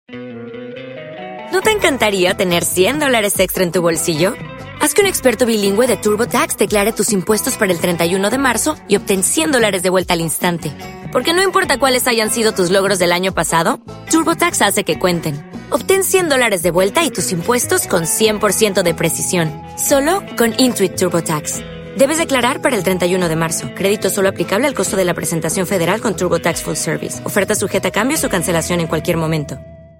¿No te encantaría tener $100 extra en tu bolsillo? Haz que un experto bilingüe de TurboTax declare tus impuestos para el 31 de marzo y obtén $100 de vuelta al instante. Porque no importa cuáles hayan sido tus logros del año pasado, TurboTax hace que cuenten. Obtén $100 de vuelta y tus impuestos con 100% de precisión. Solo con Intuit TurboTax. Debes declarar para el 31 de marzo. Crédito solo aplicable al costo de la presentación federal con TurboTax Full Service. Oferta sujeta a cambios o cancelación en cualquier momento.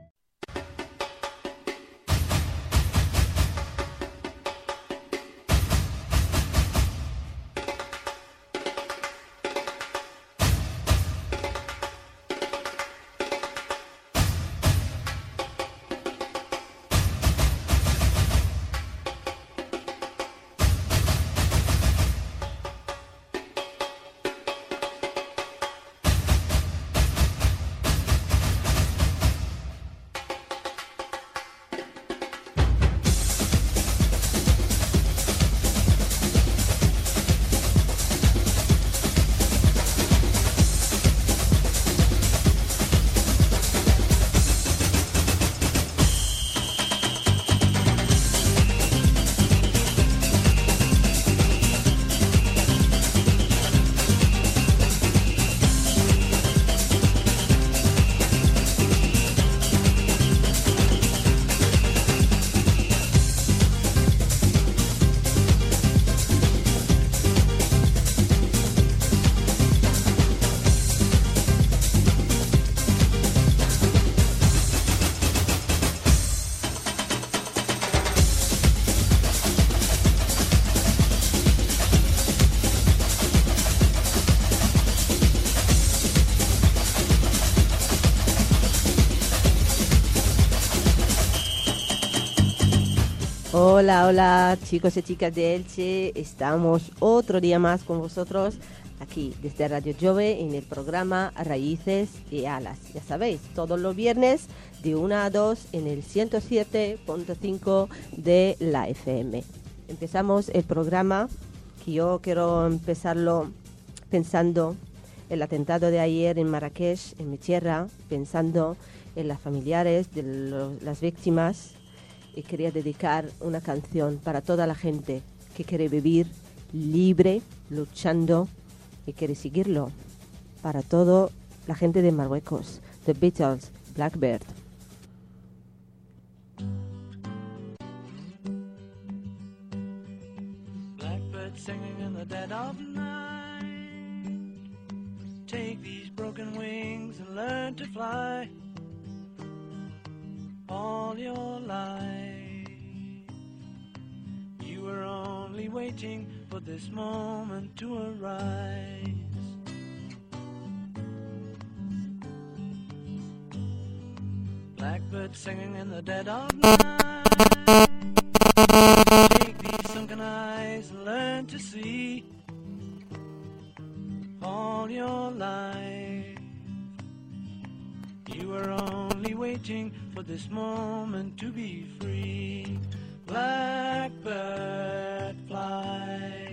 Hola, hola chicos y chicas de Elche, estamos otro día más con vosotros aquí desde Radio Jove en el programa Raíces y Alas. Ya sabéis, todos los viernes de 1 a 2 en el 107.5 de la FM. Empezamos el programa que yo quiero empezarlo pensando en el atentado de ayer en Marrakech, en mi tierra, pensando en las familiares de las víctimas. Y quería dedicar una canción para toda la gente que quiere vivir libre, luchando y quiere seguirlo. Para toda la gente de Marruecos, The Beatles, Blackbird. Blackbird singing in the dead of night. Take these broken wings and learn to fly. All your life, you were only waiting for this moment to arise. Blackbird singing in the dead of night. Take these sunken eyes and learn to see. All your life, you were only waiting for this moment to be free. Blackbird fly,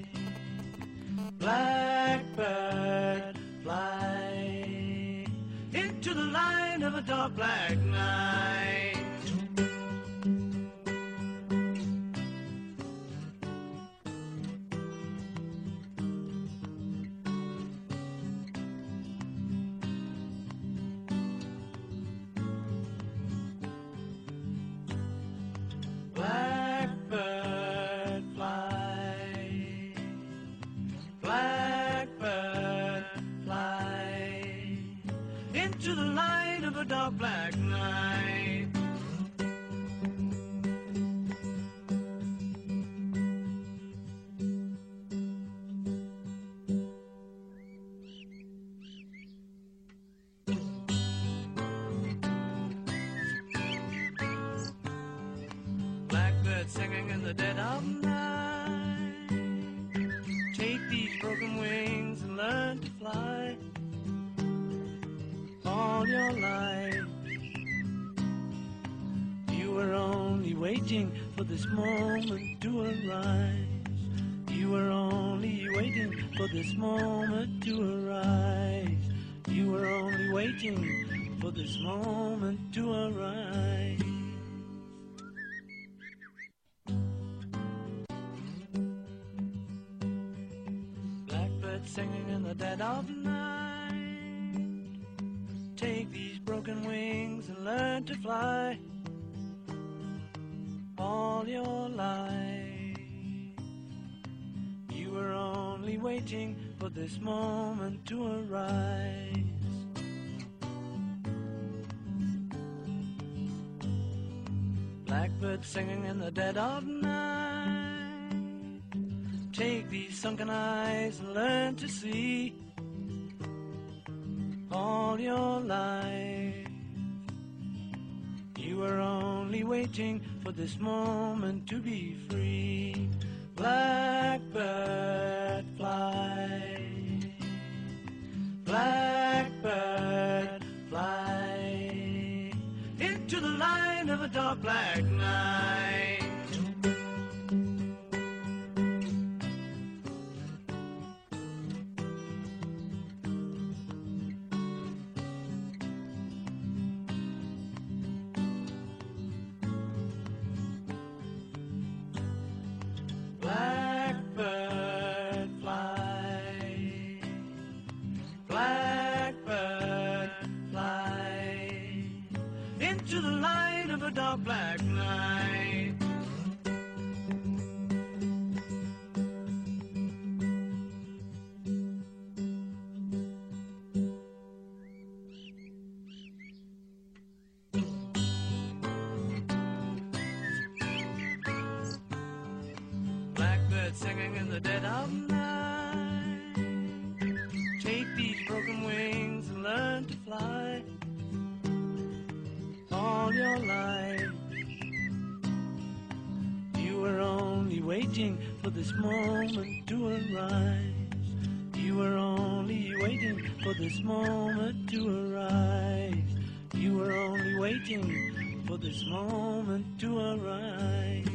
blackbird fly, into the light of a dark black night. Blackbird fly, blackbird fly, into the light of a dark black night. Singing in the dead of night. Take these broken wings and learn to fly. All your life, you were only waiting for this moment to arise. You were only waiting for this moment to arise. You were only waiting for this moment to arise. Blackbird singing in the dead of night. Take these broken wings and learn to fly. All your life, you were only waiting for this moment to arise. Blackbird singing in the dead of night. Take these sunken eyes and learn to see. All your life, you were only waiting for this moment to be free. Blackbird fly, blackbird fly, into the light of a dark black night. Blackbird fly, blackbird fly, into the light of a dark black night. Blackbird singing in the dead of night. Take these broken wings and learn to fly. All your life, you were only waiting for this moment to arise. You were only waiting for this moment to arise. You were only waiting for this moment to arise.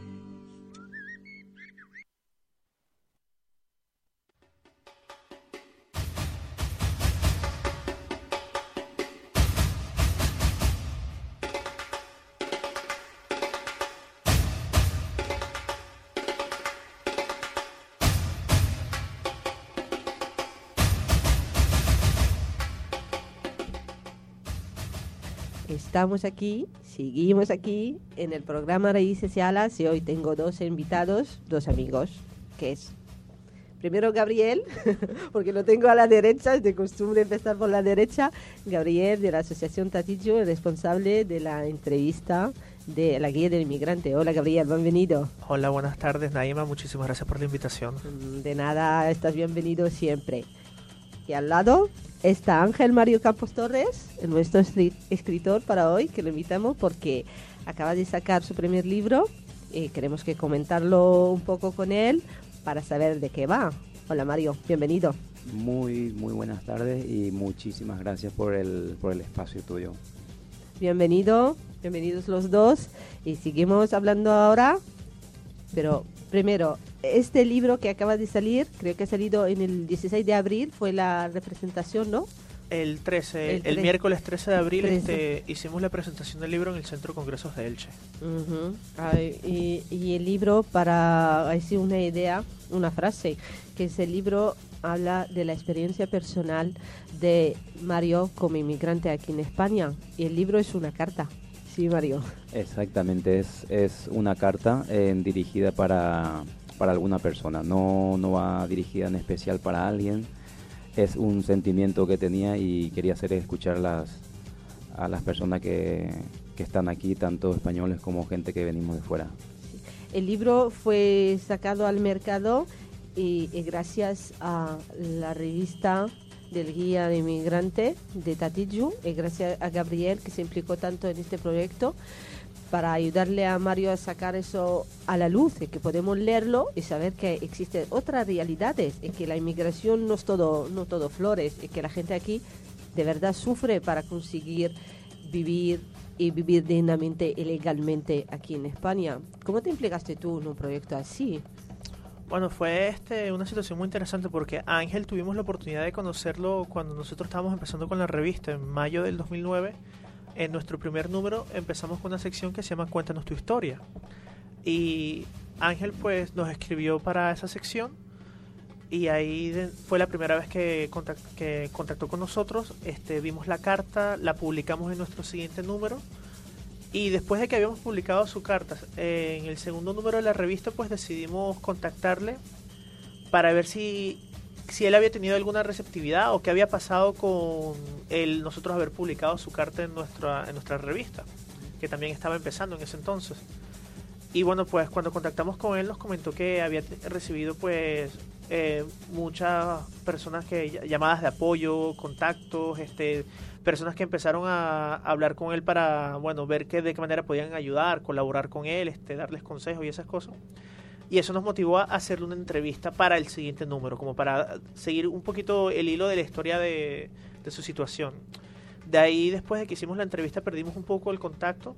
Estamos aquí, seguimos aquí en el programa Raíces y Alas y hoy tengo dos invitados, dos amigos, que es primero Gabriel, porque lo tengo a la derecha, es de costumbre empezar por la derecha. Gabriel de la Asociación Tatillo, el responsable de la entrevista de la guía del inmigrante. Hola Gabriel, bienvenido. Hola, buenas tardes Naima, muchísimas gracias por la invitación. De nada, estás bienvenido siempre. Y al lado está Ángel Mario Campos Torres, nuestro escritor para hoy, que lo invitamos porque acaba de sacar su primer libro y queremos que comentarlo un poco con él para saber de qué va. Hola Mario, bienvenido. Muy buenas tardes y muchísimas gracias por el espacio tuyo. Bienvenidos los dos y seguimos hablando ahora, pero primero, este libro que acaba de salir, creo que ha salido en el 16 de abril, fue la representación, ¿no? El miércoles 13 de abril hicimos la presentación del libro en el Centro Congresos de Elche. Uh-huh. Y el libro, para decir una idea, una frase, que ese libro habla de la experiencia personal de Mario como inmigrante aquí en España. Y el libro es una carta. Sí, Mario. Exactamente, es una carta dirigida para alguna persona, no va dirigida en especial para alguien. Es un sentimiento que tenía y quería hacer escuchar a las personas que están aquí, tanto españoles como gente que venimos de fuera. El libro fue sacado al mercado y gracias a la revista del Guía de Inmigrante de Tatillo y gracias a Gabriel, que se implicó tanto en este proyecto para ayudarle a Mario a sacar eso a la luz y que podemos leerlo y saber que existen otras realidades y que la inmigración no es todo flores y que la gente aquí de verdad sufre para conseguir vivir y vivir dignamente y legalmente aquí en España. ¿Cómo te implicaste tú en un proyecto así? Bueno, fue una situación muy interesante porque a Ángel tuvimos la oportunidad de conocerlo cuando nosotros estábamos empezando con la revista en mayo del 2009. En nuestro primer número empezamos con una sección que se llama Cuéntanos tu historia. Y Ángel pues nos escribió para esa sección y ahí fue la primera vez que contactó con nosotros. Vimos la carta, la publicamos en nuestro siguiente número. Y después de que habíamos publicado su carta en el segundo número de la revista, pues decidimos contactarle para ver si él había tenido alguna receptividad o qué había pasado con nosotros haber publicado su carta en nuestra revista, que también estaba empezando en ese entonces. Y bueno, pues cuando contactamos con él nos comentó que había recibido pues muchas personas llamadas de apoyo, contactos, personas que empezaron a hablar con él para, bueno, ver de qué manera podían ayudar, colaborar con él, darles consejos y esas cosas. Y eso nos motivó a hacerle una entrevista para el siguiente número, como para seguir un poquito el hilo de la historia de su situación. De ahí, después de que hicimos la entrevista, perdimos un poco el contacto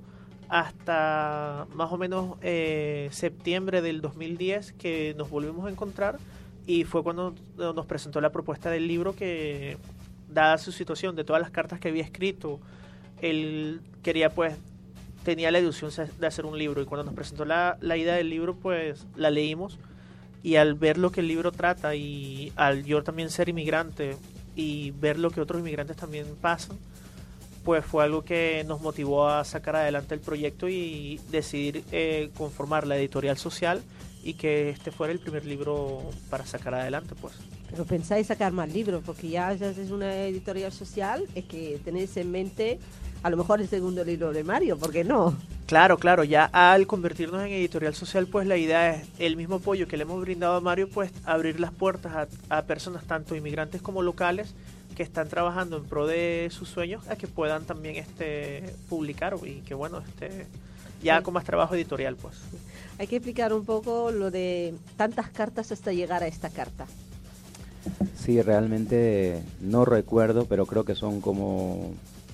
hasta más o menos septiembre del 2010, que nos volvimos a encontrar, y fue cuando nos presentó la propuesta del libro que, dada su situación, de todas las cartas que había escrito, él quería tenía la ilusión de hacer un libro, y cuando nos presentó la idea del libro, pues la leímos, y al ver lo que el libro trata, y al yo también ser inmigrante, y ver lo que otros inmigrantes también pasan, pues fue algo que nos motivó a sacar adelante el proyecto y decidir conformar la editorial social, y que fuera el primer libro para sacar adelante, pues. Pero pensáis sacar más libros, porque ya es una editorial social, es que tenéis en mente a lo mejor el segundo libro de Mario, ¿por qué no? Claro, ya al convertirnos en editorial social, pues la idea es el mismo apoyo que le hemos brindado a Mario, pues abrir las puertas a personas tanto inmigrantes como locales que están trabajando en pro de sus sueños, a que puedan también publicar, y que bueno, ya con más trabajo editorial, pues. Hay que explicar un poco lo de tantas cartas hasta llegar a esta carta. Sí, realmente no recuerdo, pero creo que son como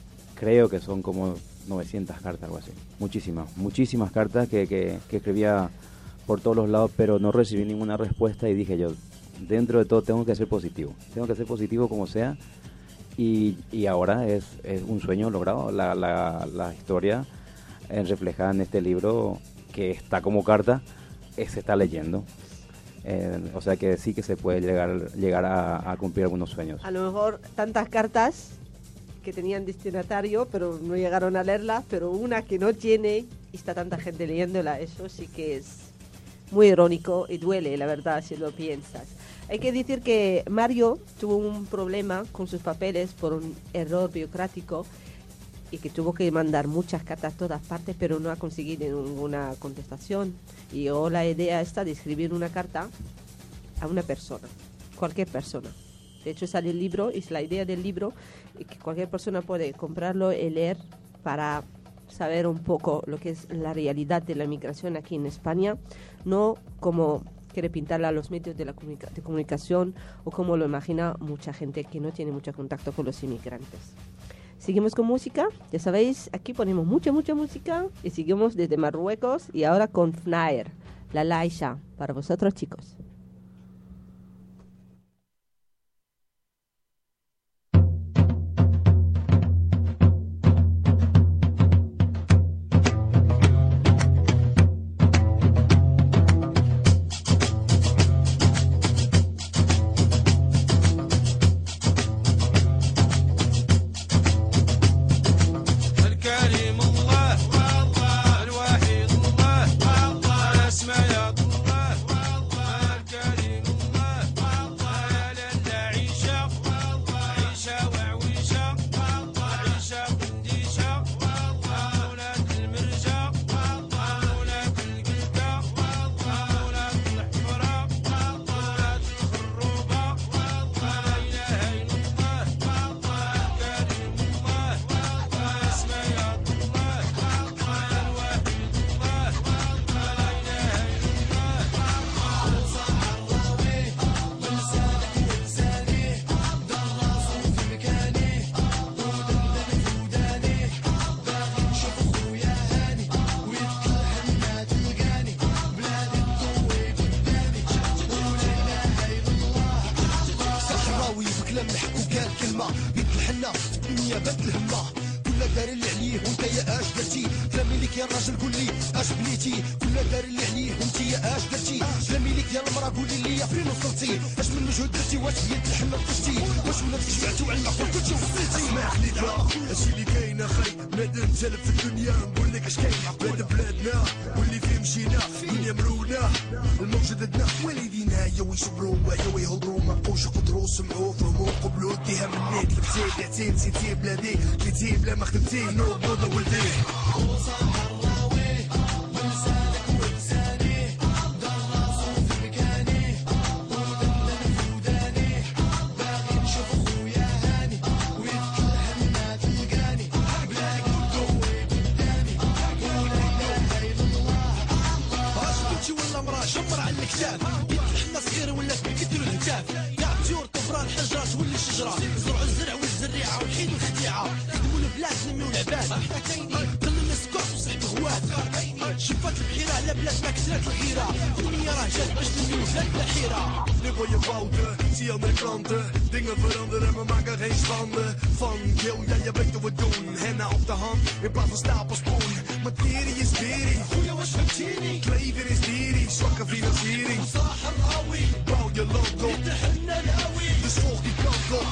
900 cartas, algo así. Muchísimas cartas que escribía por todos los lados, pero no recibí ninguna respuesta, y dije yo, dentro de todo tengo que ser positivo como sea, y ahora es un sueño logrado. La historia reflejada en este libro, que está como carta, se está leyendo. O sea que sí que se puede llegar a cumplir algunos sueños. A lo mejor tantas cartas que tenían destinatario, pero no llegaron a leerlas, pero una que no tiene y está tanta gente leyéndola, eso sí que es muy irónico y duele, la verdad, si lo piensas. Hay que decir que Mario tuvo un problema con sus papeles por un error burocrático, y que tuvo que mandar muchas cartas a todas partes, pero no ha conseguido ninguna contestación. Y la idea está de escribir una carta a una persona, cualquier persona. De hecho sale el libro, y la idea del libro es que cualquier persona puede comprarlo y leer para saber un poco lo que es la realidad de la migración aquí en España, no como quiere pintarla a los medios de comunicación o como lo imagina mucha gente que no tiene mucho contacto con los inmigrantes. Seguimos con música, ya sabéis, aquí ponemos mucha música, y seguimos desde Marruecos, y ahora con Fnair, la Laisha, para vosotros, chicos. الوحيد الله اسمه يا الله ليك يا راجل قول لي اش بنيتي كل دار اللي عليه انتي اش درتي كلامي ليك يا المرا قولي لي فين وصلتي اش من مجهود درتي واش بيد الحنه طشتي واش ولات شبعتي وعلى العقل كلشي وصلتي اسمح لي هادشي اللي كاين اخي بنادم تلف في الدنيا نقول لك اش كاين بلاد بلادنا واللي فيه مشينا دنيا مرونا الموجود عندنا والدينا يا ويصبروا يا ويهضروا ما بقوش يقدروا سمعوا فهموا قبلوا ديها منيك لبتي بعتي نسيتي بلادي كليتي بلا ما خدمتي نوض نوض ولدي شمر على الكتاب بيت الحنة صغير ولات بالكتر الهتاف كاع طيور طفران الحجرة تولي الشجرة زرعوا الزرع والزريعة والحيد والخديعة خدموا البلاد نميو العباد قلنا السكوت وصحب غوات شفات البحيرة على بلاد ما كثرت الغيرة الدنيا راه جات باش نميو بلاد بلا حيرة نبغى يفوتوا zie andere klanten dingen veranderen maar maken geen schande van heel ja je weet hoe we doen henna op de hand in plaats van stapelspoen materie is beri goeie was vertiening kleven is diri zwakke financiering bouw je logo dus volg die kant op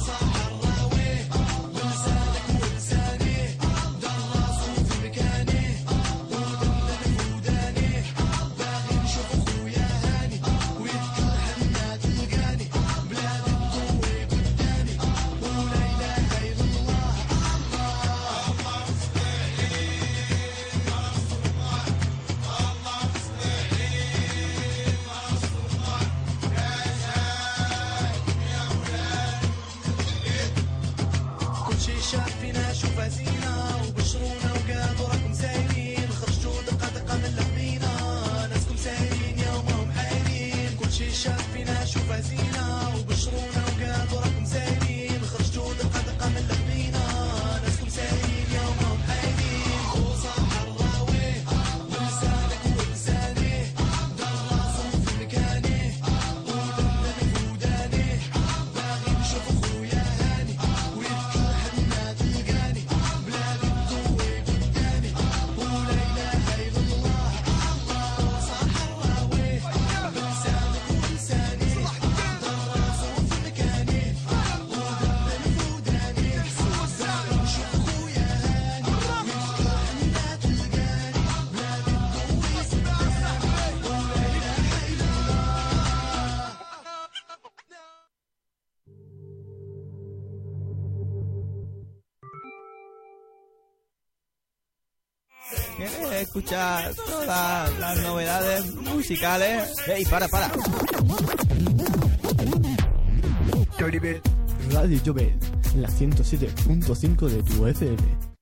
¿Quieres escuchar todas las novedades musicales? ¡Ey, para! Radio Jovel, la 107.5 de tu FM.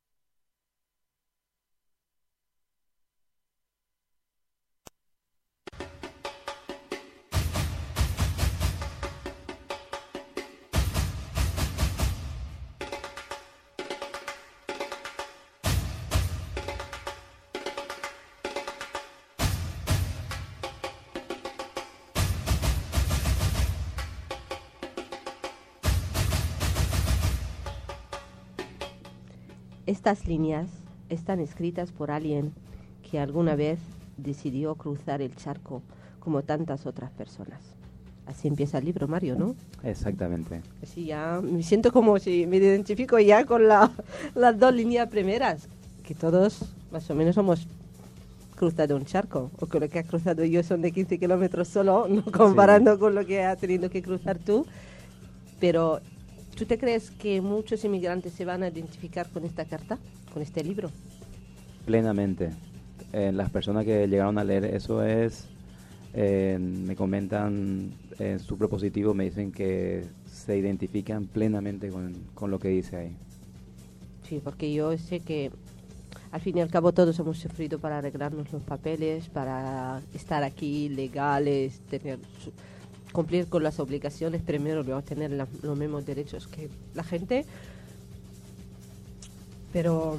Estas líneas están escritas por alguien que alguna vez decidió cruzar el charco como tantas otras personas. Así empieza el libro, Mario, ¿no? Exactamente. Así ya me siento como si me identifico ya con las dos líneas primeras, que todos más o menos hemos cruzado un charco, o que lo que has cruzado yo son de 15 kilómetros solo, no comparando con lo que has tenido que cruzar tú. Pero, ¿tú te crees que muchos inmigrantes se van a identificar con esta carta, con este libro? Plenamente. Las personas que llegaron a leer eso me comentan en su propositivo, me dicen que se identifican plenamente con lo que dice ahí. Sí, porque yo sé que al fin y al cabo todos hemos sufrido para arreglarnos los papeles, para estar aquí legales, cumplir con las obligaciones primero, luego tener los mismos derechos que la gente. Pero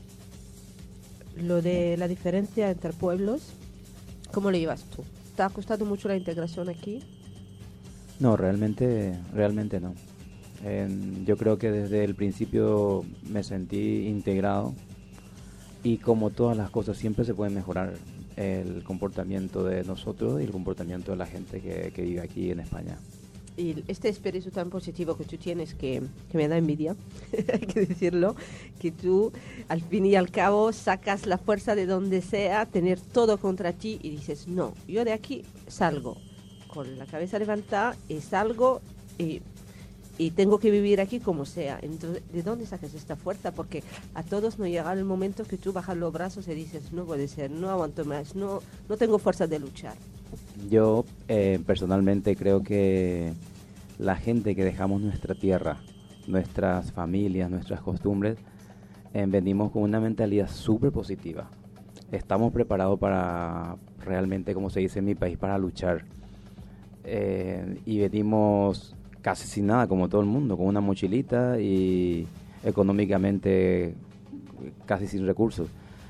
lo de la diferencia entre pueblos, ¿cómo lo llevas tú? ¿Te ha costado mucho la integración aquí? No, realmente no. Yo creo que desde el principio me sentí integrado. Y como todas las cosas, siempre se puede mejorar el comportamiento de nosotros y el comportamiento de la gente que vive aquí en España. Y este espíritu tan positivo que tú tienes, que me da envidia, hay que decirlo, que tú al fin y al cabo sacas la fuerza de donde sea, tener todo contra ti y dices, no, yo de aquí salgo con la cabeza levantada y salgo y tengo que vivir aquí como sea. Entonces, ¿de dónde sacas esta fuerza? Porque a todos nos llega el momento que tú bajas los brazos y dices, no puede ser, no aguanto más, no tengo fuerza de luchar. Yo personalmente creo que la gente que dejamos nuestra tierra, nuestras familias, nuestras costumbres, venimos con una mentalidad súper positiva. Estamos preparados para realmente, como se dice en mi país, para luchar. Y venimos casi sin nada, como todo el mundo, con una mochilita y económicamente casi sin recursos.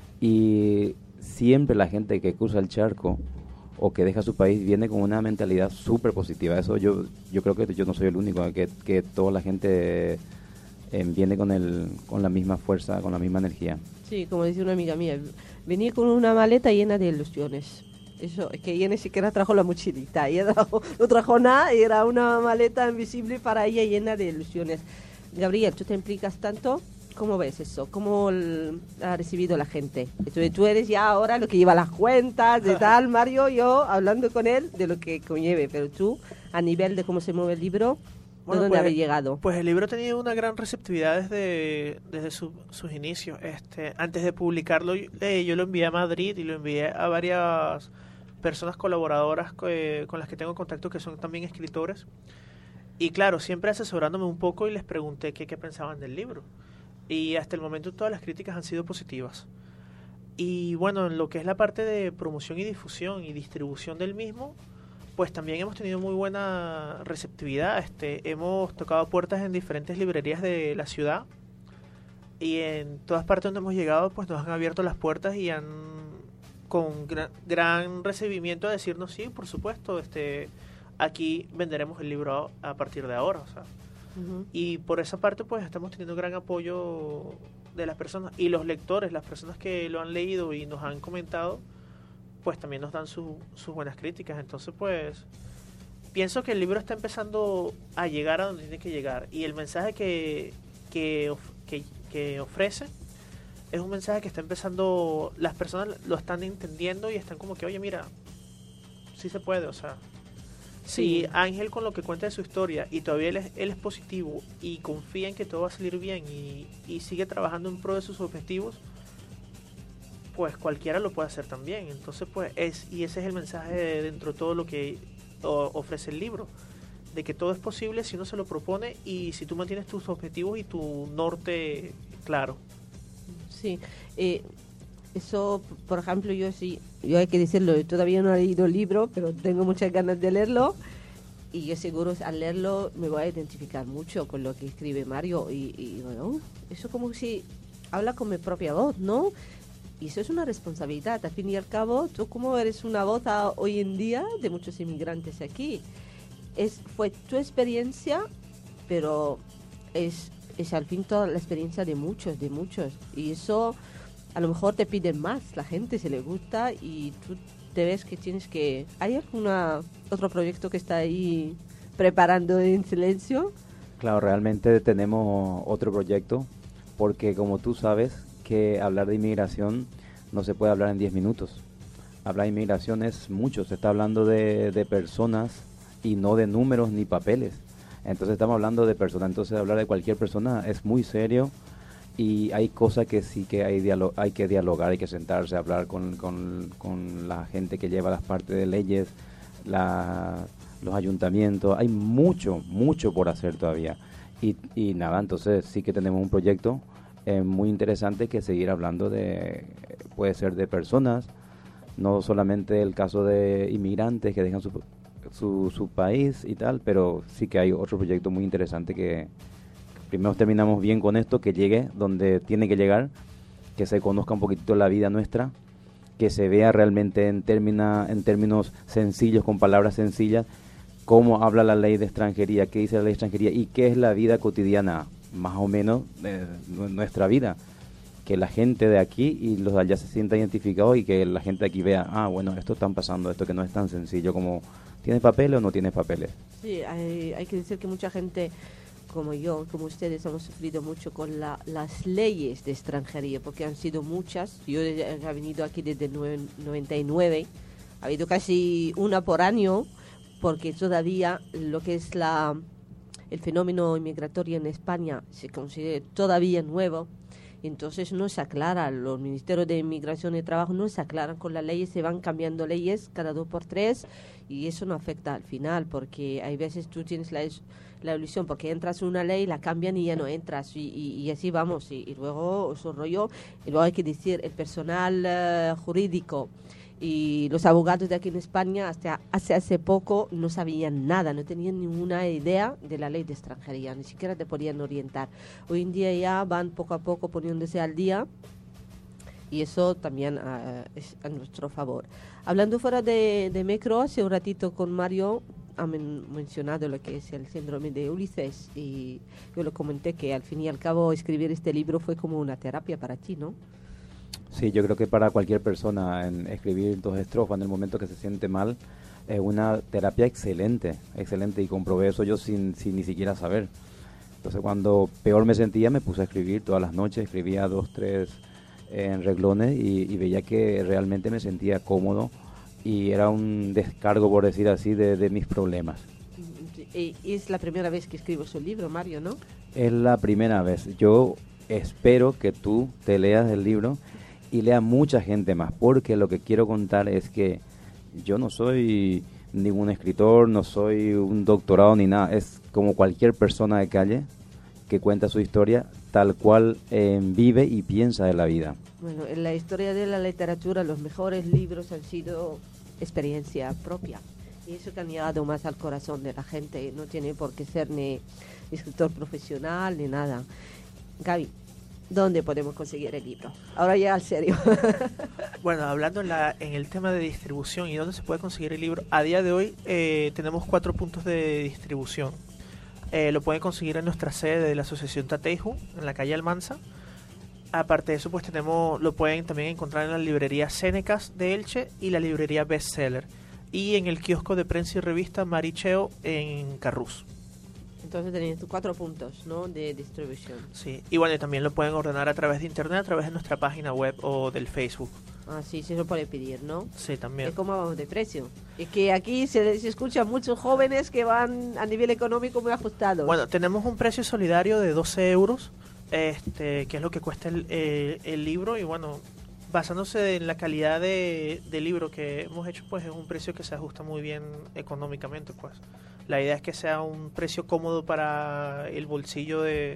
Y siempre la gente que cruza el charco o que deja su país viene con una mentalidad súper positiva. Eso yo creo que yo no soy el único, que toda la gente viene con la misma fuerza, con la misma energía. Sí, como dice una amiga mía, venía con una maleta llena de ilusiones. Eso, es que ella ni siquiera trajo la mochilita, ella no trajo nada, era una maleta invisible para ella llena de ilusiones. Gabriel, tú te implicas tanto, ¿cómo ves eso? ¿Cómo ha recibido la gente? Entonces, tú eres ya ahora lo que lleva las cuentas, de tal, Mario, yo hablando con él de lo que conlleve, pero tú, a nivel de cómo se mueve el libro, ¿de dónde habéis llegado? Pues el libro ha tenido una gran receptividad desde sus inicios. Antes de publicarlo, yo lo envié a Madrid y lo envié a varias personas colaboradoras con las que tengo contacto, que son también escritores. Y claro, siempre asesorándome un poco y les pregunté qué pensaban del libro. Y hasta el momento todas las críticas han sido positivas. Y bueno, en lo que es la parte de promoción y difusión y distribución del mismo, pues también hemos tenido muy buena receptividad. Hemos tocado puertas en diferentes librerías de la ciudad y en todas partes donde hemos llegado, pues nos han abierto las puertas y han con gran recibimiento a decirnos, sí, por supuesto, aquí venderemos el libro a partir de ahora, o sea. Uh-huh. Y por esa parte, pues estamos teniendo gran apoyo de las personas y los lectores, las personas que lo han leído y nos han comentado, pues también nos dan sus buenas críticas. Entonces, pues pienso que el libro está empezando a llegar a donde tiene que llegar y el mensaje que ofrece es un mensaje que está empezando, las personas lo están entendiendo y están como que, oye, mira, sí se puede, o sea, sí. Si Ángel con lo que cuenta de su historia y todavía él es positivo y confía en que todo va a salir bien y sigue trabajando en pro de sus objetivos, pues cualquiera lo puede hacer también. Entonces, pues, ese es el mensaje dentro de todo lo que ofrece el libro, de que todo es posible si uno se lo propone y si tú mantienes tus objetivos y tu norte claro. Sí, eso, por ejemplo, yo hay que decirlo, yo todavía no he leído el libro, pero tengo muchas ganas de leerlo y yo seguro al leerlo me voy a identificar mucho con lo que escribe Mario y bueno, eso como si habla con mi propia voz, ¿no? Y eso es una responsabilidad, al fin y al cabo, tú como eres una voz hoy en día de muchos inmigrantes aquí, fue tu experiencia, pero es al fin toda la experiencia de muchos, y eso a lo mejor te piden más, la gente se le gusta y tú te ves que tienes que... ¿Hay otro proyecto que está ahí preparando en silencio? Claro, realmente tenemos otro proyecto, porque como tú sabes que hablar de inmigración no se puede hablar en 10 minutos. Hablar de inmigración es mucho, se está hablando de personas y no de números ni papeles. Entonces estamos hablando de personas, entonces hablar de cualquier persona es muy serio y hay cosas que sí que hay que dialogar, hay que sentarse a hablar con la gente que lleva las partes de leyes, los ayuntamientos, hay mucho por hacer todavía. Y nada, entonces sí que tenemos un proyecto muy interesante que seguir hablando puede ser de personas, no solamente el caso de inmigrantes que dejan su país y tal, pero sí que hay otro proyecto muy interesante que primero terminamos bien con esto, que llegue donde tiene que llegar, que se conozca un poquitito la vida nuestra, que se vea realmente en términos sencillos, con palabras sencillas, cómo habla la ley de extranjería, qué dice la ley de extranjería y qué es la vida cotidiana, más o menos, nuestra vida. que la gente de aquí y los de allá se sientan identificados y que la gente de aquí vea, bueno, esto está pasando, esto que no es tan sencillo como ¿tienes papeles o no tienes papeles? Sí, hay que decir que mucha gente como yo, como ustedes, hemos sufrido mucho con las leyes de extranjería, porque han sido muchas. Yo he venido aquí desde el 99, ha habido casi una por año, porque todavía lo que es el fenómeno inmigratorio en España se considera todavía nuevo. Entonces no se aclara, los ministerios de Inmigración y Trabajo no se aclaran con las leyes, se van cambiando leyes cada 2 por 3 y eso no afecta al final, porque hay veces tú tienes la ilusión, porque entras en una ley, la cambian y ya no entras y así vamos, y luego es un rollo. Y luego hay que decir, el personal jurídico y los abogados de aquí en España hasta hace poco no sabían nada, no tenían ninguna idea de la ley de extranjería, ni siquiera te podían orientar. Hoy en día ya van poco a poco poniéndose al día y eso también es a nuestro favor. Hablando fuera de micro, hace un ratito con Mario ha mencionado lo que es el síndrome de Ulises y yo lo comenté que al fin y al cabo escribir este libro fue como una terapia para ti, ¿no? Sí, yo creo que para cualquier persona escribir 2 estrofas en el momento que se siente mal es una terapia excelente, y comprobé eso yo sin ni siquiera saber. Entonces cuando peor me sentía me puse a escribir todas las noches, escribía 2, 3 renglones y veía que realmente me sentía cómodo y era un descargo, por decir así, de mis problemas. Y es la primera vez que escribo su libro, Mario, ¿no? Es la primera vez. Yo espero que tú te leas el libro y lea mucha gente más, porque lo que quiero contar es que yo no soy ningún escritor, no soy un doctorado ni nada, es como cualquier persona de calle que cuenta su historia tal cual vive y piensa de la vida. Bueno, en la historia de la literatura los mejores libros han sido experiencia propia y eso que han llegado más al corazón de la gente, no tiene por qué ser ni escritor profesional ni nada. Gaby, ¿dónde podemos conseguir el libro? Ahora ya al serio. Bueno, hablando en el tema de distribución y dónde se puede conseguir el libro, a día de hoy tenemos 4 puntos de distribución. Lo pueden conseguir en nuestra sede de la Asociación Tateju, en la calle Almanza. Aparte de eso, pues lo pueden también encontrar en la librería Sénecas de Elche y la librería Bestseller. Y en el kiosco de prensa y revista Maricheo en Carrús. Entonces tenéis 4 puntos, ¿no?, de distribución. Sí, y bueno, también lo pueden ordenar a través de internet, a través de nuestra página web o del Facebook. Ah, sí, se lo puede pedir, ¿no? Sí, también. ¿Cómo vamos de precio? Es que aquí se escuchan muchos jóvenes que van a nivel económico muy ajustados. Bueno, tenemos un precio solidario de 12 euros, que es lo que cuesta el libro, y bueno, basándose en la calidad de libro que hemos hecho, pues es un precio que se ajusta muy bien económicamente, pues. La idea es que sea un precio cómodo para el bolsillo de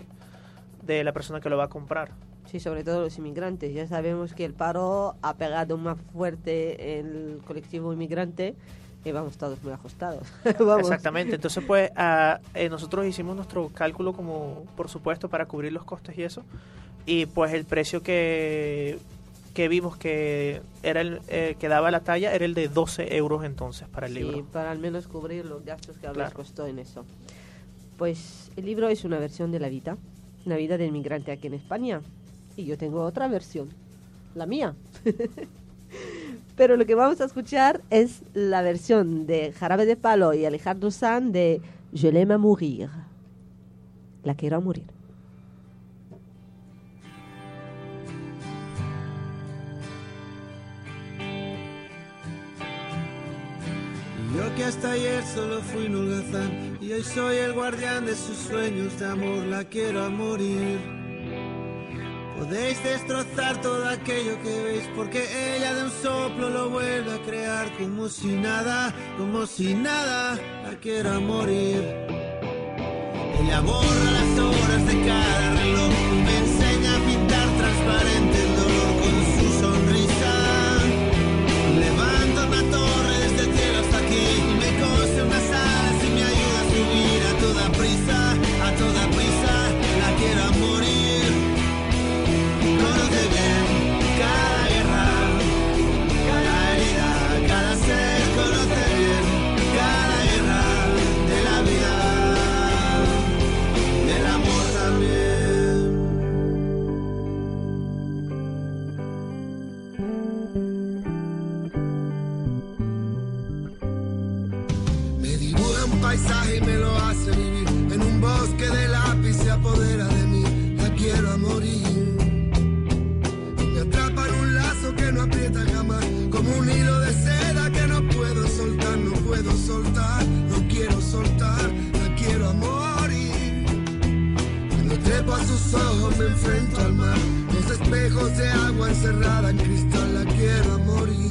la persona que lo va a comprar. Sí, sobre todo los inmigrantes. Ya sabemos que el paro ha pegado más fuerte en el colectivo inmigrante y vamos todos muy ajustados. Vamos. Exactamente. Entonces, pues, nosotros hicimos nuestro cálculo como, por supuesto, para cubrir los costes y eso. Y pues el precio que vimos que era que daba la talla era el de 12 euros entonces para el libro. Sí, para al menos cubrir los gastos que les costó en eso. Pues el libro es una versión de la vida del inmigrante aquí en España. Y yo tengo otra versión, la mía. Pero lo que vamos a escuchar es la versión de Jarabe de Palo y Alejandro Sanz de Je l'aime à mourir. La quiero a morir. Yo que hasta ayer solo fui un holgazán y hoy soy el guardián de sus sueños de amor, la quiero a morir. Podéis destrozar todo aquello que veis porque ella de un soplo lo vuelve a crear como si nada, la quiero a morir. Ella borra las horas de cada reloj y me enseña a pintar transparente el dolor con su sonrisa. Levanta una torre desde el cielo hasta aquí y me cose unas alas y me ayuda a subir a toda prisa, la quiero a morir. Conoce bien cada guerra, cada herida, cada ser, conoce bien cada guerra de la vida, del amor también. paisaje y me lo hace vivir. En un bosque de lápiz se apodera de mí, la quiero a morir. Me atrapa en un lazo que no aprieta jamás, como un hilo de seda que no puedo soltar, no puedo soltar, no quiero soltar, la quiero a morir. Cuando trepo a sus ojos me enfrento al mar, los espejos de agua encerrada en cristal, la quiero a morir.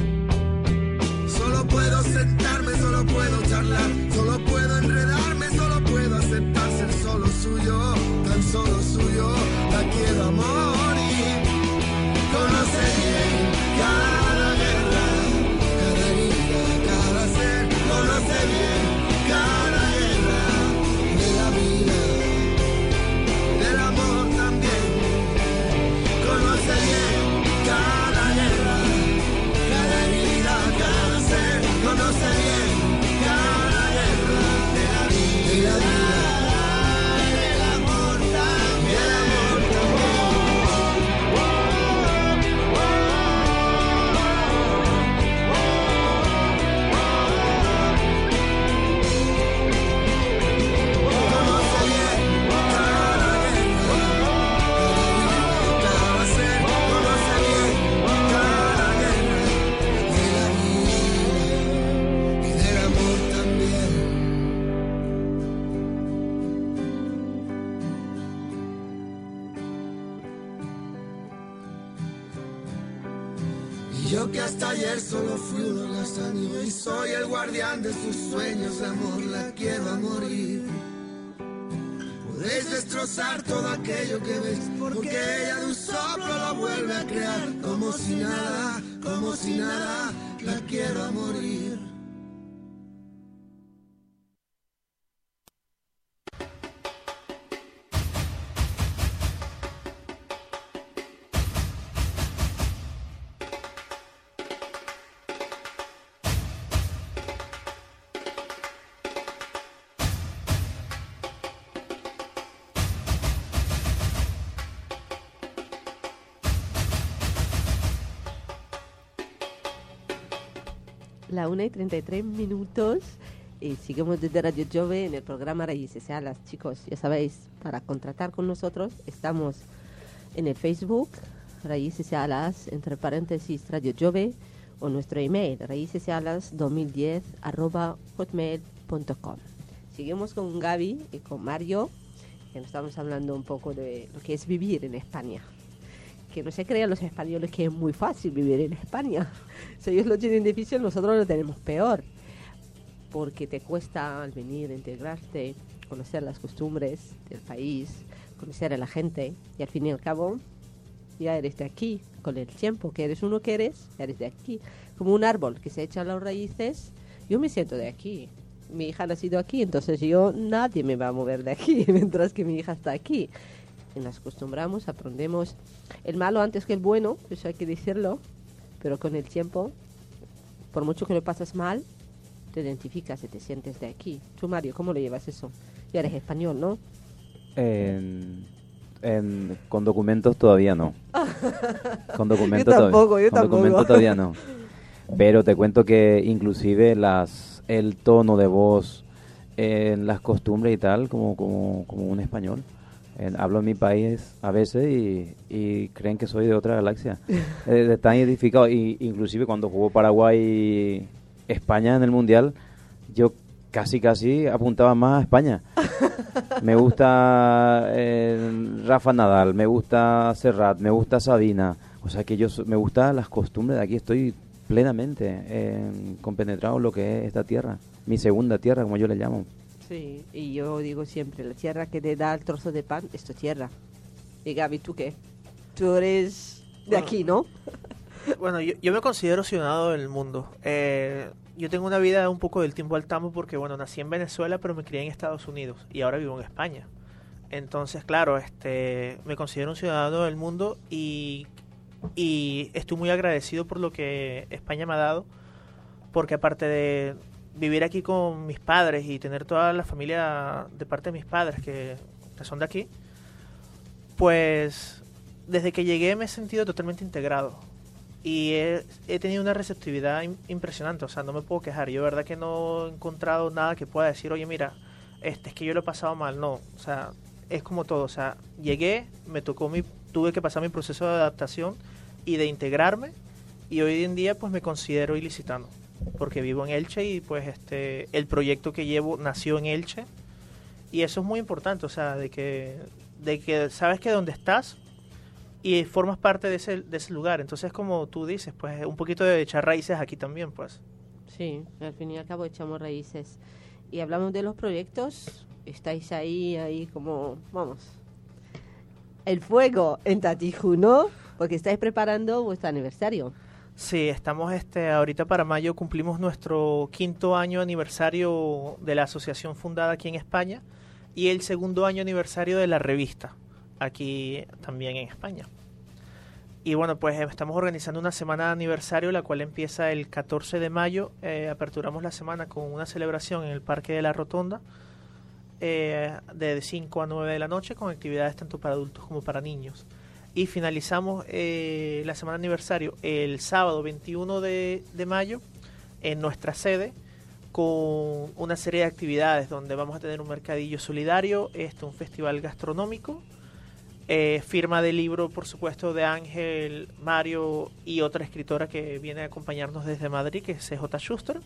Solo puedo sentarme, solo puedo charlar, solo puedo enredarme, solo puedo aceptar ser solo suyo, tan solo suyo, la quiero a morir. Conoce bien cada guerra, cada herida, cada ser, conoce bien cada guerra de la vida, del amor también. Conoce bien cada guerra, cada herida, cada ser, conoce bien cada guerra de la vida, del amor también, del amor también. Conoce bien cada guerra, cada ser, conoce bien cada guerra de la vida y del amor también. Y yo que hasta ayer solo fui un holgazán y hoy soy el guardián de sus sueños de amor, la quiero a morir. Podéis destrozar todo aquello que veis, porque ella de un soplo lo vuelve a crear, como si nada, la quiero a morir. La 1:33 y seguimos desde Radio Jove en el programa Raíces y Alas. Chicos, ya sabéis, para contratar con nosotros estamos en el Facebook Raíces y Alas, entre paréntesis Radio Jove, o nuestro email raicesalas2010@hotmail.com. Seguimos con Gaby y con Mario, que nos estamos hablando un poco de lo que es vivir en España. Que no se crean los españoles que es muy fácil vivir en España. Si ellos lo tienen difícil, nosotros lo tenemos peor. Porque te cuesta al venir, integrarte, conocer las costumbres del país, conocer a la gente. Y al fin y al cabo, ya eres de aquí. Con el tiempo que eres uno que eres, ya eres de aquí. Como un árbol que se echa las raíces, yo me siento de aquí. Mi hija ha nacido aquí, entonces nadie me va a mover de aquí, mientras que mi hija está aquí. Y nos acostumbramos, aprendemos el malo antes que el bueno, eso hay que decirlo, pero con el tiempo, por mucho que lo pasas mal, te identificas y te sientes de aquí. Tú, Mario, ¿cómo lo llevas eso? Ya eres español, ¿no? Con documentos todavía no. Con documentos yo tampoco. documentos todavía no. Pero te cuento que inclusive el tono de voz, las costumbres y tal, como un español. Hablo en mi país a veces y creen que soy de otra galaxia. Están identificados. Y inclusive cuando jugó Paraguay España en el Mundial, yo casi apuntaba más a España. Me gusta Rafa Nadal, me gusta Serrat, me gusta Sabina. O sea que me gustan las costumbres de aquí. Estoy plenamente compenetrado en lo que es esta tierra. Mi segunda tierra, como yo le llamo. Sí, y yo digo siempre, la tierra que te da el trozo de pan es tu tierra. Y Gaby, ¿tú qué? Tú eres de aquí, ¿no? Bueno, yo me considero ciudadano del mundo. Yo tengo una vida un poco del tiempo al tambo porque, bueno, nací en Venezuela, pero me crié en Estados Unidos y ahora vivo en España. Entonces, claro, me considero un ciudadano del mundo y estoy muy agradecido por lo que España me ha dado, porque aparte de vivir aquí con mis padres y tener toda la familia de parte de mis padres que son de aquí, pues desde que llegué me he sentido totalmente integrado. y he tenido una receptividad impresionante, o sea, no me puedo quejar. Yo de verdad que no he encontrado nada que pueda decir, oye, mira, es que yo lo he pasado mal. No, o sea, es como todo, o sea, llegué, tuve que pasar mi proceso de adaptación y de integrarme, y hoy en día pues me considero ilicitano, porque vivo en Elche y pues el proyecto que llevo nació en Elche, y eso es muy importante, o sea, de que sabes que donde estás y formas parte de ese lugar. Entonces, como tú dices, pues un poquito de echar raíces aquí también, pues. Sí, al fin y al cabo echamos raíces. Y hablamos de los proyectos, estáis ahí como, vamos, el fuego en Tatijú, ¿no? Porque estáis preparando vuestro aniversario. Sí, estamos ahorita para mayo cumplimos nuestro 5º año aniversario de la asociación fundada aquí en España y el 2º año aniversario de la revista aquí también en España. Y bueno, pues estamos organizando una semana de aniversario, la cual empieza el 14 de mayo. Aperturamos la semana con una celebración en el Parque de la Rotonda de 5 a 9 de la noche, con actividades tanto para adultos como para niños. Y finalizamos la semana de aniversario el sábado 21 de mayo en nuestra sede con una serie de actividades donde vamos a tener un mercadillo solidario, un festival gastronómico, firma de libro, por supuesto, de Ángel, Mario y otra escritora que viene a acompañarnos desde Madrid, que es CJ Schuster.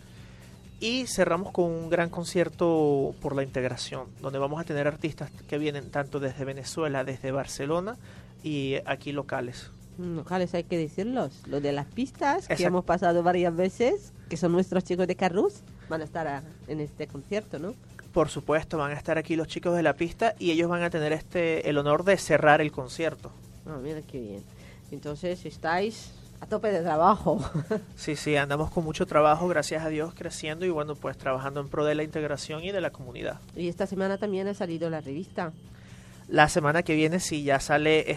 Y cerramos con un gran concierto por la integración, donde vamos a tener artistas que vienen tanto desde Venezuela, desde Barcelona y aquí locales. Locales hay que decirlos, los de las pistas, que Exacto. hemos pasado varias veces, que son nuestros chicos de Carrus, van a estar en este concierto, ¿no? Por supuesto, van a estar aquí los chicos de la pista y ellos van a tener el honor de cerrar el concierto. Ah, mira qué bien. Entonces estáis a tope de trabajo. Sí, andamos con mucho trabajo, gracias a Dios, creciendo y bueno, pues trabajando en pro de la integración y de la comunidad. Y esta semana también ha salido la revista. La semana que viene sí, ya sale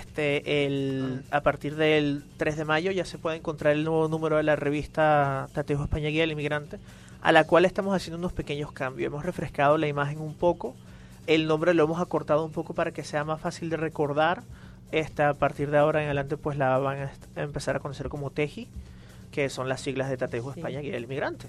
a partir del 3 de mayo ya se puede encontrar el nuevo número de la revista Tatejo España Guía del Inmigrante, a la cual estamos haciendo unos pequeños cambios. Hemos refrescado la imagen un poco, el nombre lo hemos acortado un poco para que sea más fácil de recordar. A partir de ahora en adelante pues la van a empezar a conocer como Teji, que son las siglas de Tatejo España Guía del Inmigrante.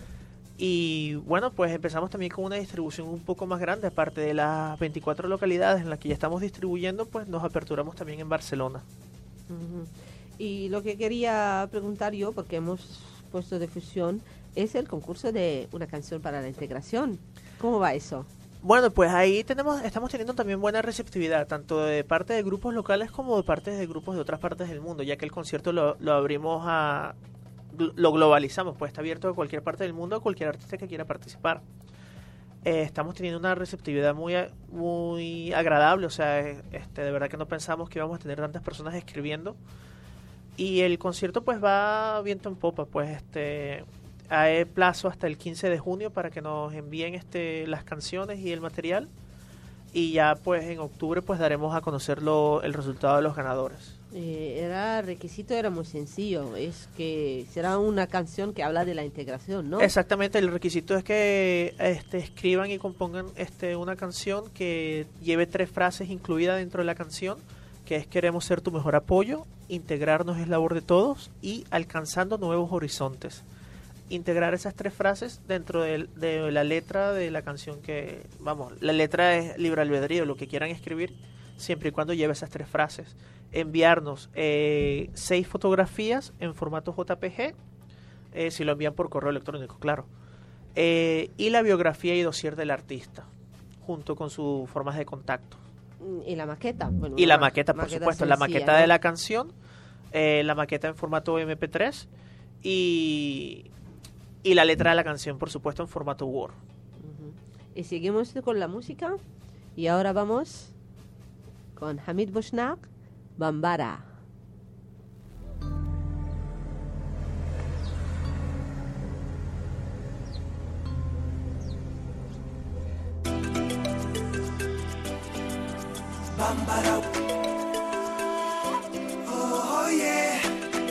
Y bueno, pues empezamos también con una distribución un poco más grande, aparte de las 24 localidades en las que ya estamos distribuyendo, pues nos aperturamos también en Barcelona. Uh-huh. Y lo que quería preguntar yo, porque hemos puesto de fusión, es el concurso de una canción para la integración. ¿Cómo va eso? Bueno, pues ahí estamos teniendo también buena receptividad, tanto de parte de grupos locales como de parte de grupos de otras partes del mundo, ya que el concierto lo abrimos lo globalizamos, pues está abierto a cualquier parte del mundo, a cualquier artista que quiera participar. Estamos teniendo una receptividad muy agradable, o sea, de verdad que no pensamos que íbamos a tener tantas personas escribiendo. Y el concierto pues va viento en popa, pues hay plazo hasta el 15 de junio para que nos envíen las canciones y el material. Y ya pues en octubre pues daremos a conocer el resultado de los ganadores. El requisito era muy sencillo, es que será una canción que habla de la integración, ¿no? Exactamente, el requisito es que escriban y compongan una canción que lleve 3 frases incluidas dentro de la canción, que es: queremos ser tu mejor apoyo, integrarnos es labor de todos y alcanzando nuevos horizontes. Integrar esas 3 frases dentro de la letra de la canción la letra es libre albedrío, lo que quieran escribir, siempre y cuando lleve esas 3 frases. Enviarnos 6 fotografías en formato JPG, si lo envían por correo electrónico, claro. Y la biografía y dossier del artista, junto con sus formas de contacto. Y la maqueta. Bueno, y la maqueta, por supuesto, la maqueta, ¿no?, de la canción, la maqueta en formato MP3 y la letra de la canción, por supuesto, en formato Word. Uh-huh. Y seguimos con la música. Y ahora vamos con Hamid Bouchnak, Bambara. Bambara. Oh yeah.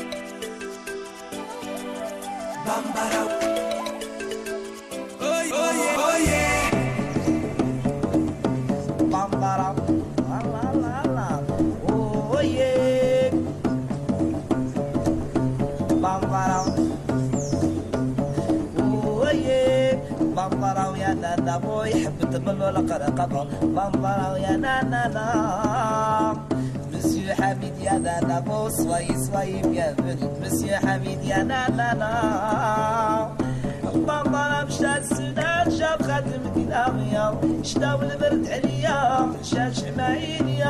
Bambara. Oh yeah. Oh yeah. Bambara. La la la la. Oh yeah. بامبرا بامبرا ويا نانا بو يحب الطبل والقرقبة بامبرا ويا نانا مسيو حميد يا نانا بو صوي صوي بيانفوني مسيو حميد يا نانا بامبرا مشى السودان شاف خاتم كلاوية شتا والبرد عليا مشى شمايليا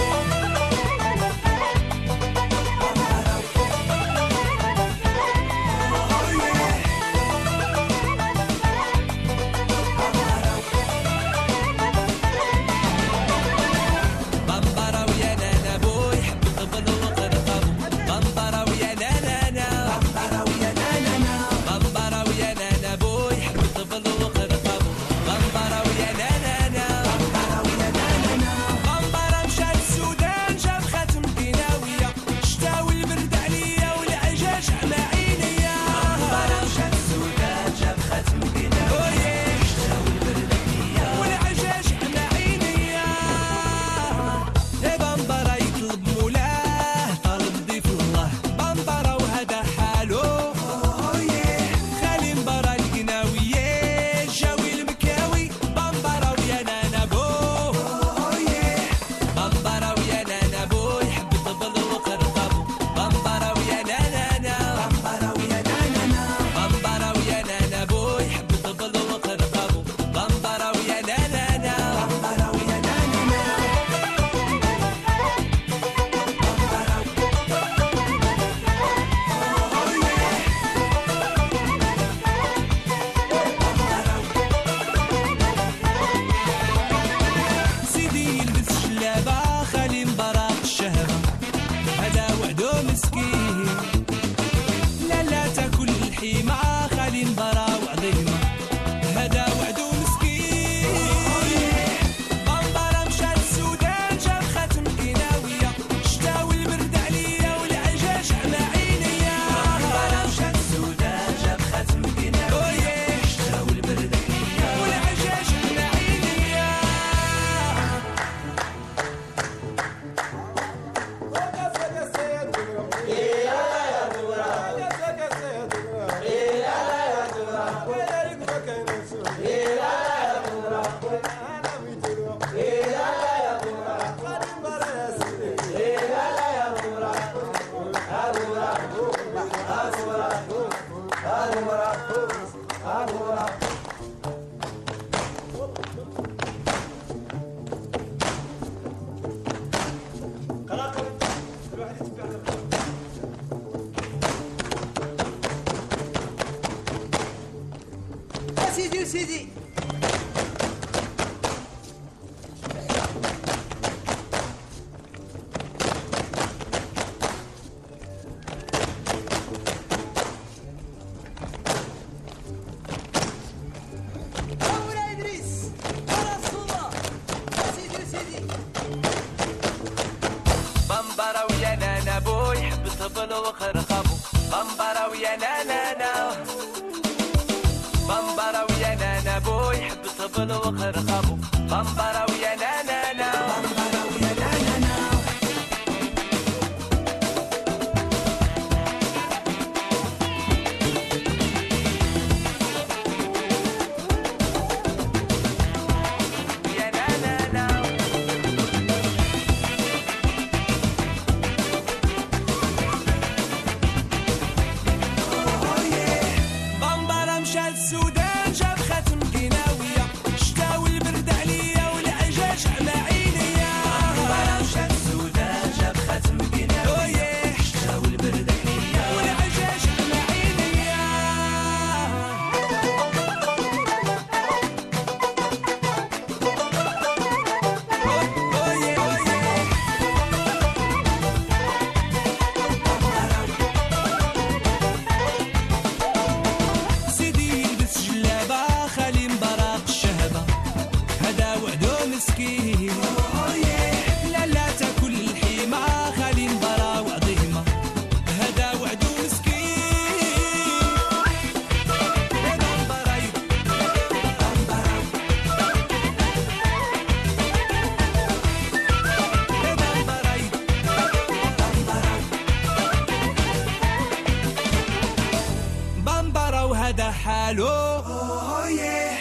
سيدي السودان جاب خاتم قناوية شتا والبرد عليا والعين هذا حاله. Oh yeah.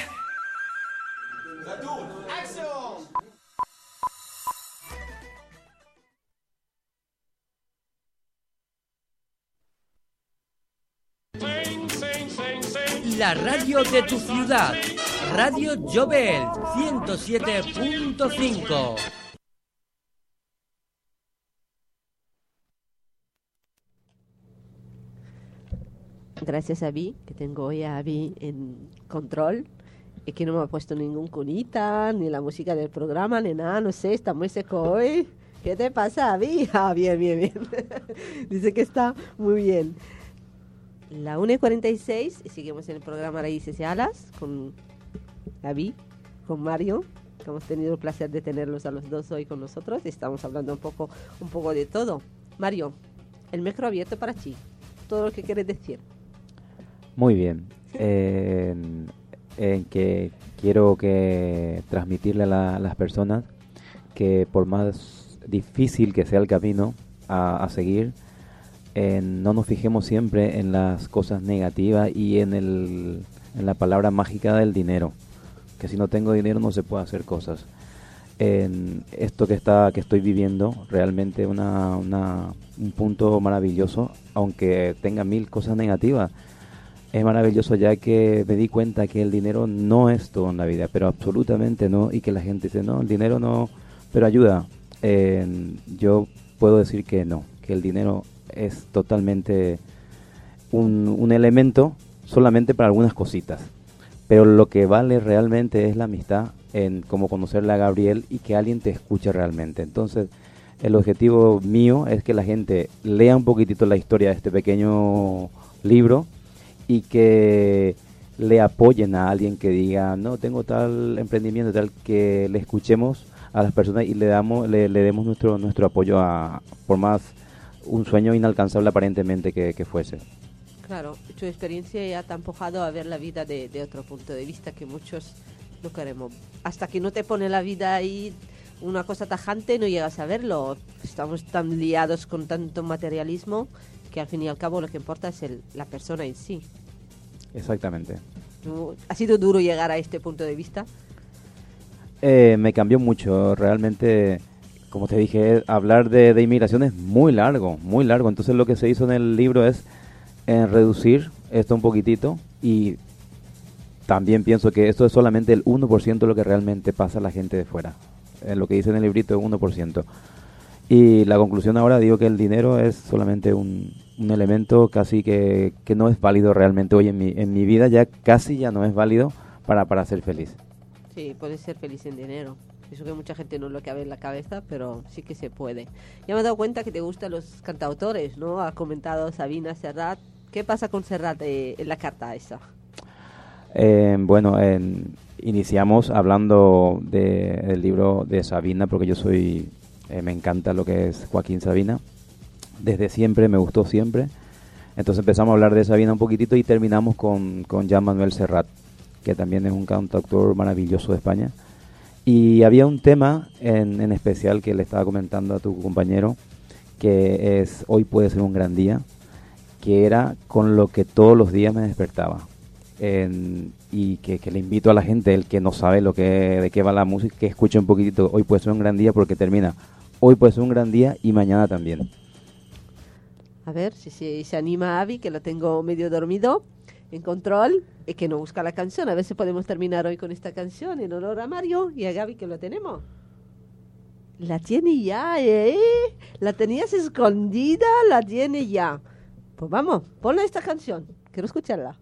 La radio de tu ciudad, Radio Jovel 107.5. Gracias a Vi, que tengo hoy a Vi en control, y que no me ha puesto ningún cunita, ni la música del programa, ni nada, no sé, está muy seco hoy. ¿Qué te pasa, Vi? Ah, bien, bien, bien. Dice que está muy bien. La 1:46 y seguimos en el programa Raíces y Alas con Gaby, con Mario, que hemos tenido el placer de tenerlos a los dos hoy con nosotros. Estamos hablando un poco de todo. Mario, el micro abierto para ti. Todo lo que quieres decir. Muy bien. Que quiero que transmitirle a las personas que por más difícil que sea el camino a seguir, no nos fijemos siempre en las cosas negativas y en la palabra mágica del dinero, que si no tengo dinero no se puede hacer cosas. En esto que estoy viviendo, realmente un punto maravilloso, aunque tenga 1000 cosas negativas, es maravilloso, ya que me di cuenta que el dinero no es todo en la vida, pero absolutamente no, y que la gente dice, no, el dinero no, pero ayuda. Yo puedo decir que no, que el dinero es totalmente un elemento solamente para algunas cositas, pero lo que vale realmente es la amistad, en como conocerle a Gabriel y que alguien te escuche realmente. Entonces el objetivo mío es que la gente lea un poquitito la historia de este pequeño libro y que le apoyen a alguien que diga, no, tengo tal emprendimiento, tal, que le escuchemos a las personas y le demos nuestro apoyo por más un sueño inalcanzable aparentemente que fuese. Claro, tu experiencia ya te ha empujado a ver la vida de otro punto de vista que muchos no queremos. Hasta que no te pone la vida ahí una cosa tajante no llegas a verlo. Estamos tan liados con tanto materialismo que al fin y al cabo lo que importa es la persona en sí. Exactamente. ¿Ha sido duro llegar a este punto de vista? Me cambió mucho, realmente. Como te dije, hablar de inmigración es muy largo, muy largo. Entonces lo que se hizo en el libro es reducir esto un poquitito, y también pienso que esto es solamente el 1% de lo que realmente pasa a la gente de fuera. Lo que dice en el librito es 1%. Y la conclusión ahora, digo que el dinero es solamente un elemento casi que no es válido realmente hoy en mi vida, ya casi ya no es válido para ser feliz. Sí, puedes ser feliz sin dinero. Eso que mucha gente no lo cabe en la cabeza, pero sí que se puede. Ya me he dado cuenta que te gustan los cantautores, ¿no? Ha comentado Sabina, Serrat. ¿Qué pasa con Serrat en la carta esa? Bueno, iniciamos hablando del libro de Sabina, porque yo me encanta lo que es Joaquín Sabina. Desde siempre, me gustó siempre. Entonces empezamos a hablar de Sabina un poquitito y terminamos con Jean Manuel Serrat, que también es un cantautor maravilloso de España. Y había un tema en especial que le estaba comentando a tu compañero, que es Hoy puede ser un gran día, que era con lo que todos los días me despertaba. Y que le invito a la gente, el que no sabe de qué va la música, que escuche un poquitito Hoy puede ser un gran día, porque termina Hoy puede ser un gran día y mañana también. A ver si se anima Avi, que lo tengo medio dormido en control, y que no busca la canción. A ver si podemos terminar hoy con esta canción en honor a Mario y a Gaby, que lo tenemos. La tiene ya, ¿eh? La tenías escondida, la tiene ya. Pues vamos, ponle esta canción. Quiero escucharla.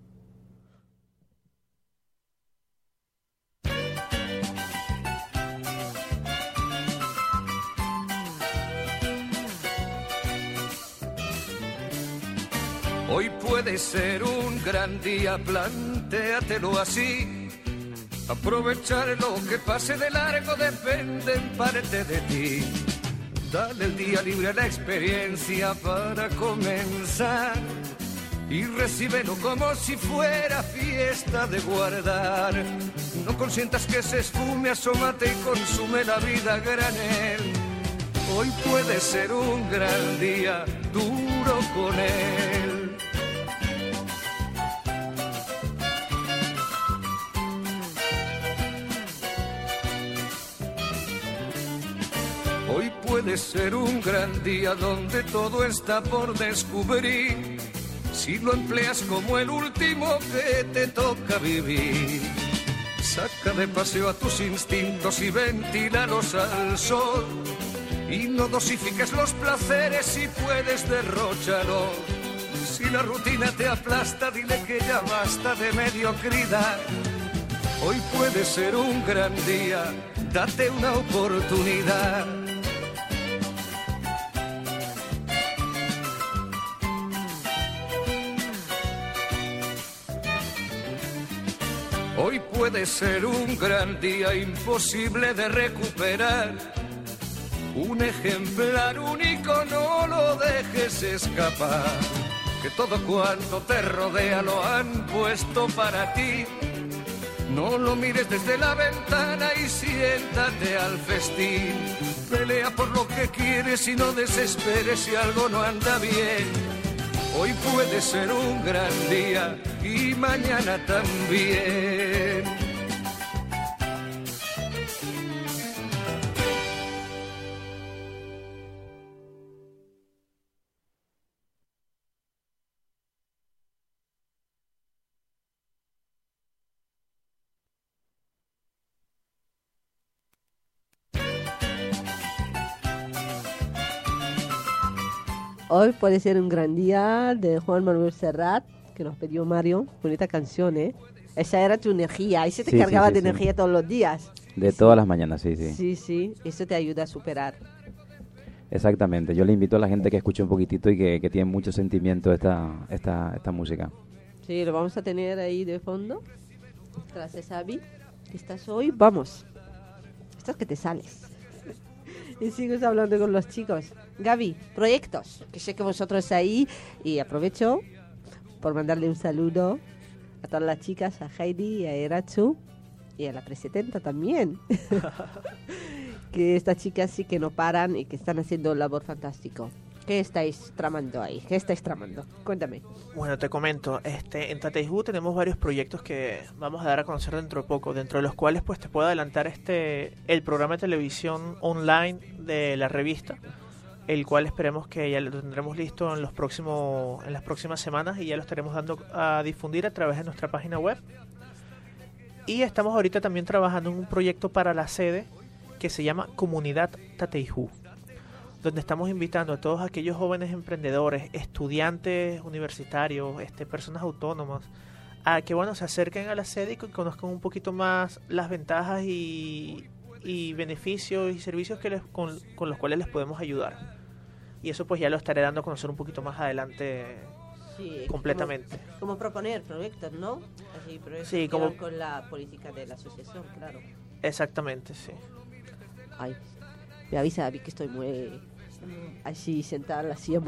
Hoy puede ser un gran día, plantéatelo así. Aprovechar lo que pase de largo depende en parte de ti. Dale el día libre a la experiencia para comenzar y recíbelo como si fuera fiesta de guardar. No consientas que se esfume, asómate y consume la vida a granel. Hoy puede ser un gran día, duro con él. puede ser un gran día donde todo está por descubrir, si lo empleas como el último que te toca vivir. Saca de paseo a tus instintos y ventílalos al sol, y no dosifiques los placeres si puedes derróchalos. Si la rutina te aplasta, dile que ya basta de mediocridad. Hoy puede ser un gran día, date una oportunidad. Hoy puede ser un gran día imposible de recuperar. Un ejemplar único, no lo dejes escapar. Que todo cuanto te rodea lo han puesto para ti. No lo mires desde la ventana y siéntate al festín. Pelea por lo que quieres y no desesperes si algo no anda bien. Hoy puede ser un gran día y mañana también. Hoy puede ser un gran día de Juan Manuel Serrat, que nos pidió Mario. Bonita canción, ¿eh? Esa era tu energía, ahí se te cargaba de energía todos los días. De todas las mañanas, sí. Sí, eso te ayuda a superar. Exactamente, yo le invito a la gente que escuche un poquitito y que tiene mucho sentimiento esta música. Sí, lo vamos a tener ahí de fondo. Gracias, Abby. ¿Estás hoy? Vamos. Esto es que te sales. Y sigues hablando con los chicos. Gaby, proyectos, que sé que vosotros ahí, y aprovecho por mandarle un saludo a todas las chicas, a Heidi, a Erachu y a la presidenta también. Que estas chicas sí que no paran y que están haciendo un labor fantástico. ¿Qué estáis tramando ahí? ¿Qué estáis tramando? Cuéntame. Bueno, te comento, en Tatejú tenemos varios proyectos que vamos a dar a conocer dentro de poco, dentro de los cuales pues te puedo adelantar el programa de televisión online de la revista, el cual esperemos que ya lo tendremos listo en las próximas semanas y ya lo estaremos dando a difundir a través de nuestra página web. Y estamos ahorita también trabajando en un proyecto para la sede que se llama Comunidad Tatejú, donde estamos invitando a todos aquellos jóvenes emprendedores, estudiantes universitarios, personas autónomas, a que se acerquen a la sede y que conozcan un poquito más las ventajas y beneficios y servicios con los cuales les podemos ayudar. Y eso pues ya lo estaré dando a conocer un poquito más adelante, completamente. Como proponer proyectos, ¿no? Así, proyectos que van con la política de la asociación, claro. Exactamente, sí. Ay, me avisa David que estoy muy así sentada en la silla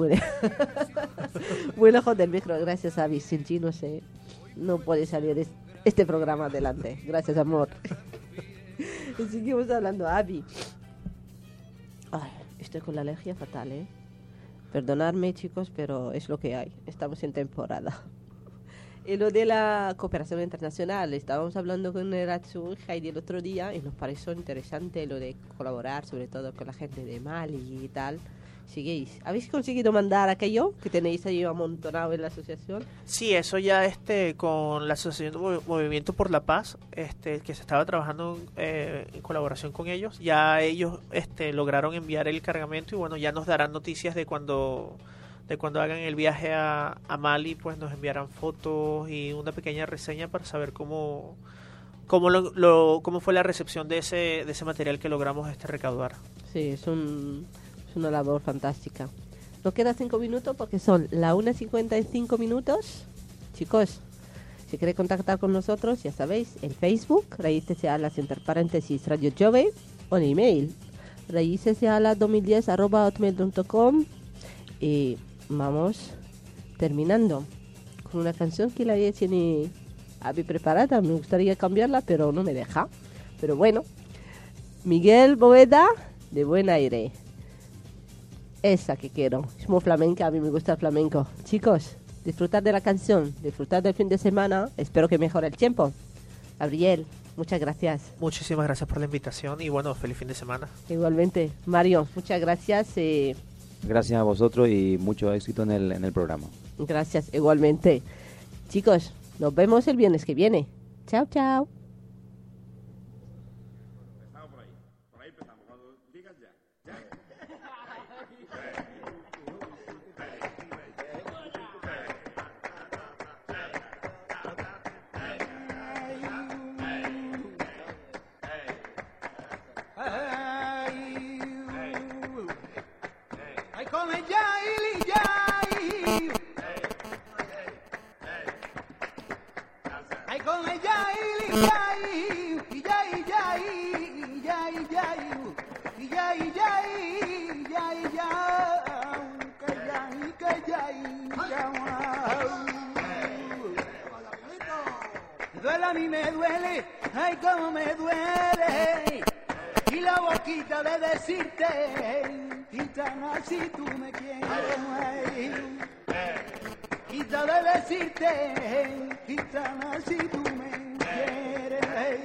muy lejos del micro. Gracias, Abby. Sin ti no puede salir este programa adelante. Gracias, amor. Seguimos hablando, Abby. Ay, estoy con la alergia fatal, ¿eh? Perdonadme, chicos, pero es lo que hay. Estamos en temporada. Y lo de la cooperación internacional, estábamos hablando con Erachu y Heidi el otro día y nos pareció interesante lo de colaborar, sobre todo con la gente de Mali y tal. ¿Habéis conseguido mandar aquello que tenéis ahí amontonado en la asociación? Sí, eso ya con la asociación Movimiento por la Paz, que se estaba trabajando en colaboración con ellos, ya ellos lograron enviar el cargamento y ya nos darán noticias de cuando hagan el viaje a Mali, pues nos enviarán fotos y una pequeña reseña para saber cómo fue la recepción de ese material que logramos recaudar. Sí, es una labor fantástica. Nos quedan 5 minutos porque son las 1:55. Chicos, si queréis contactar con nosotros, ya sabéis, el Facebook, Raíces y Alas, entre paréntesis, Radio Jove, o en email, raicesalas2010@hotmail.com. Y vamos terminando con una canción que la tiene Abby preparada. Me gustaría cambiarla, pero no me deja. Pero bueno, Miguel Boveda, de Buen Aire. Esa que quiero. Es muy flamenca, a mí me gusta el flamenco. Chicos, disfrutar de la canción, disfrutar del fin de semana. Espero que mejore el tiempo. Gabriel. Muchas gracias. Muchísimas gracias por la invitación y bueno, feliz fin de semana. Igualmente. Mario, muchas gracias. Gracias a vosotros y mucho éxito en el programa. Gracias, igualmente. Chicos, nos vemos el viernes que viene. Chao, chao. Duele a mí me duele, ay cómo me duele, y la boquita de decirte, gitana si tú me quieres, quita de decirte, gitana si tú me quieres.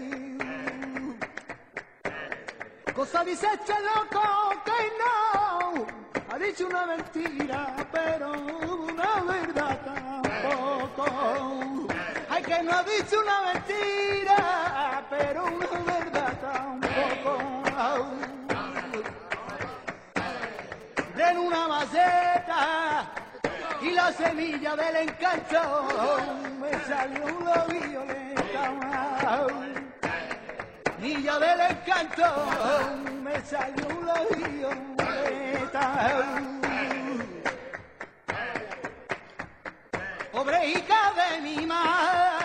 Cosa dice este loco que no, ha dicho una mentira, pero una verdad tampoco. Ay, que no ha dicho una mentira, pero una verdad tampoco. En una maceta y la semilla del encanto me salió una violeta. Semilla del encanto me salió una violeta. Pobre hija de mi madre,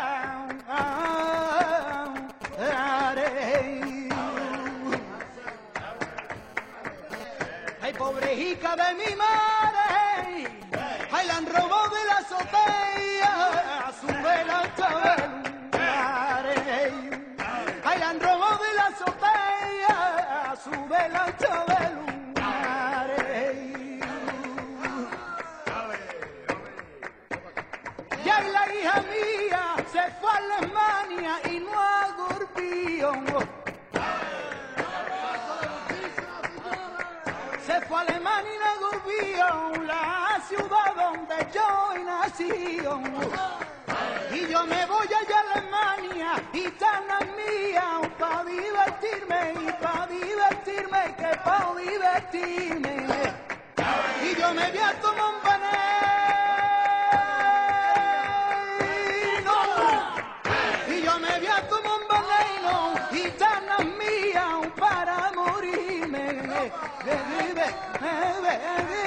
ay, pobre hija de mi madre, ay, la han robado de la azotea, su vela ay, la han robado de la azotea, su vela ya y la hija mía se fue a Alemania y no a Gorbión. Se fue a Alemania y no a Gorbión, la ciudad donde yo nací. Y yo me voy allá a Alemania y tan mía para divertirme, que para divertirme. Y yo me voy a tomar un gitana mía para morirme,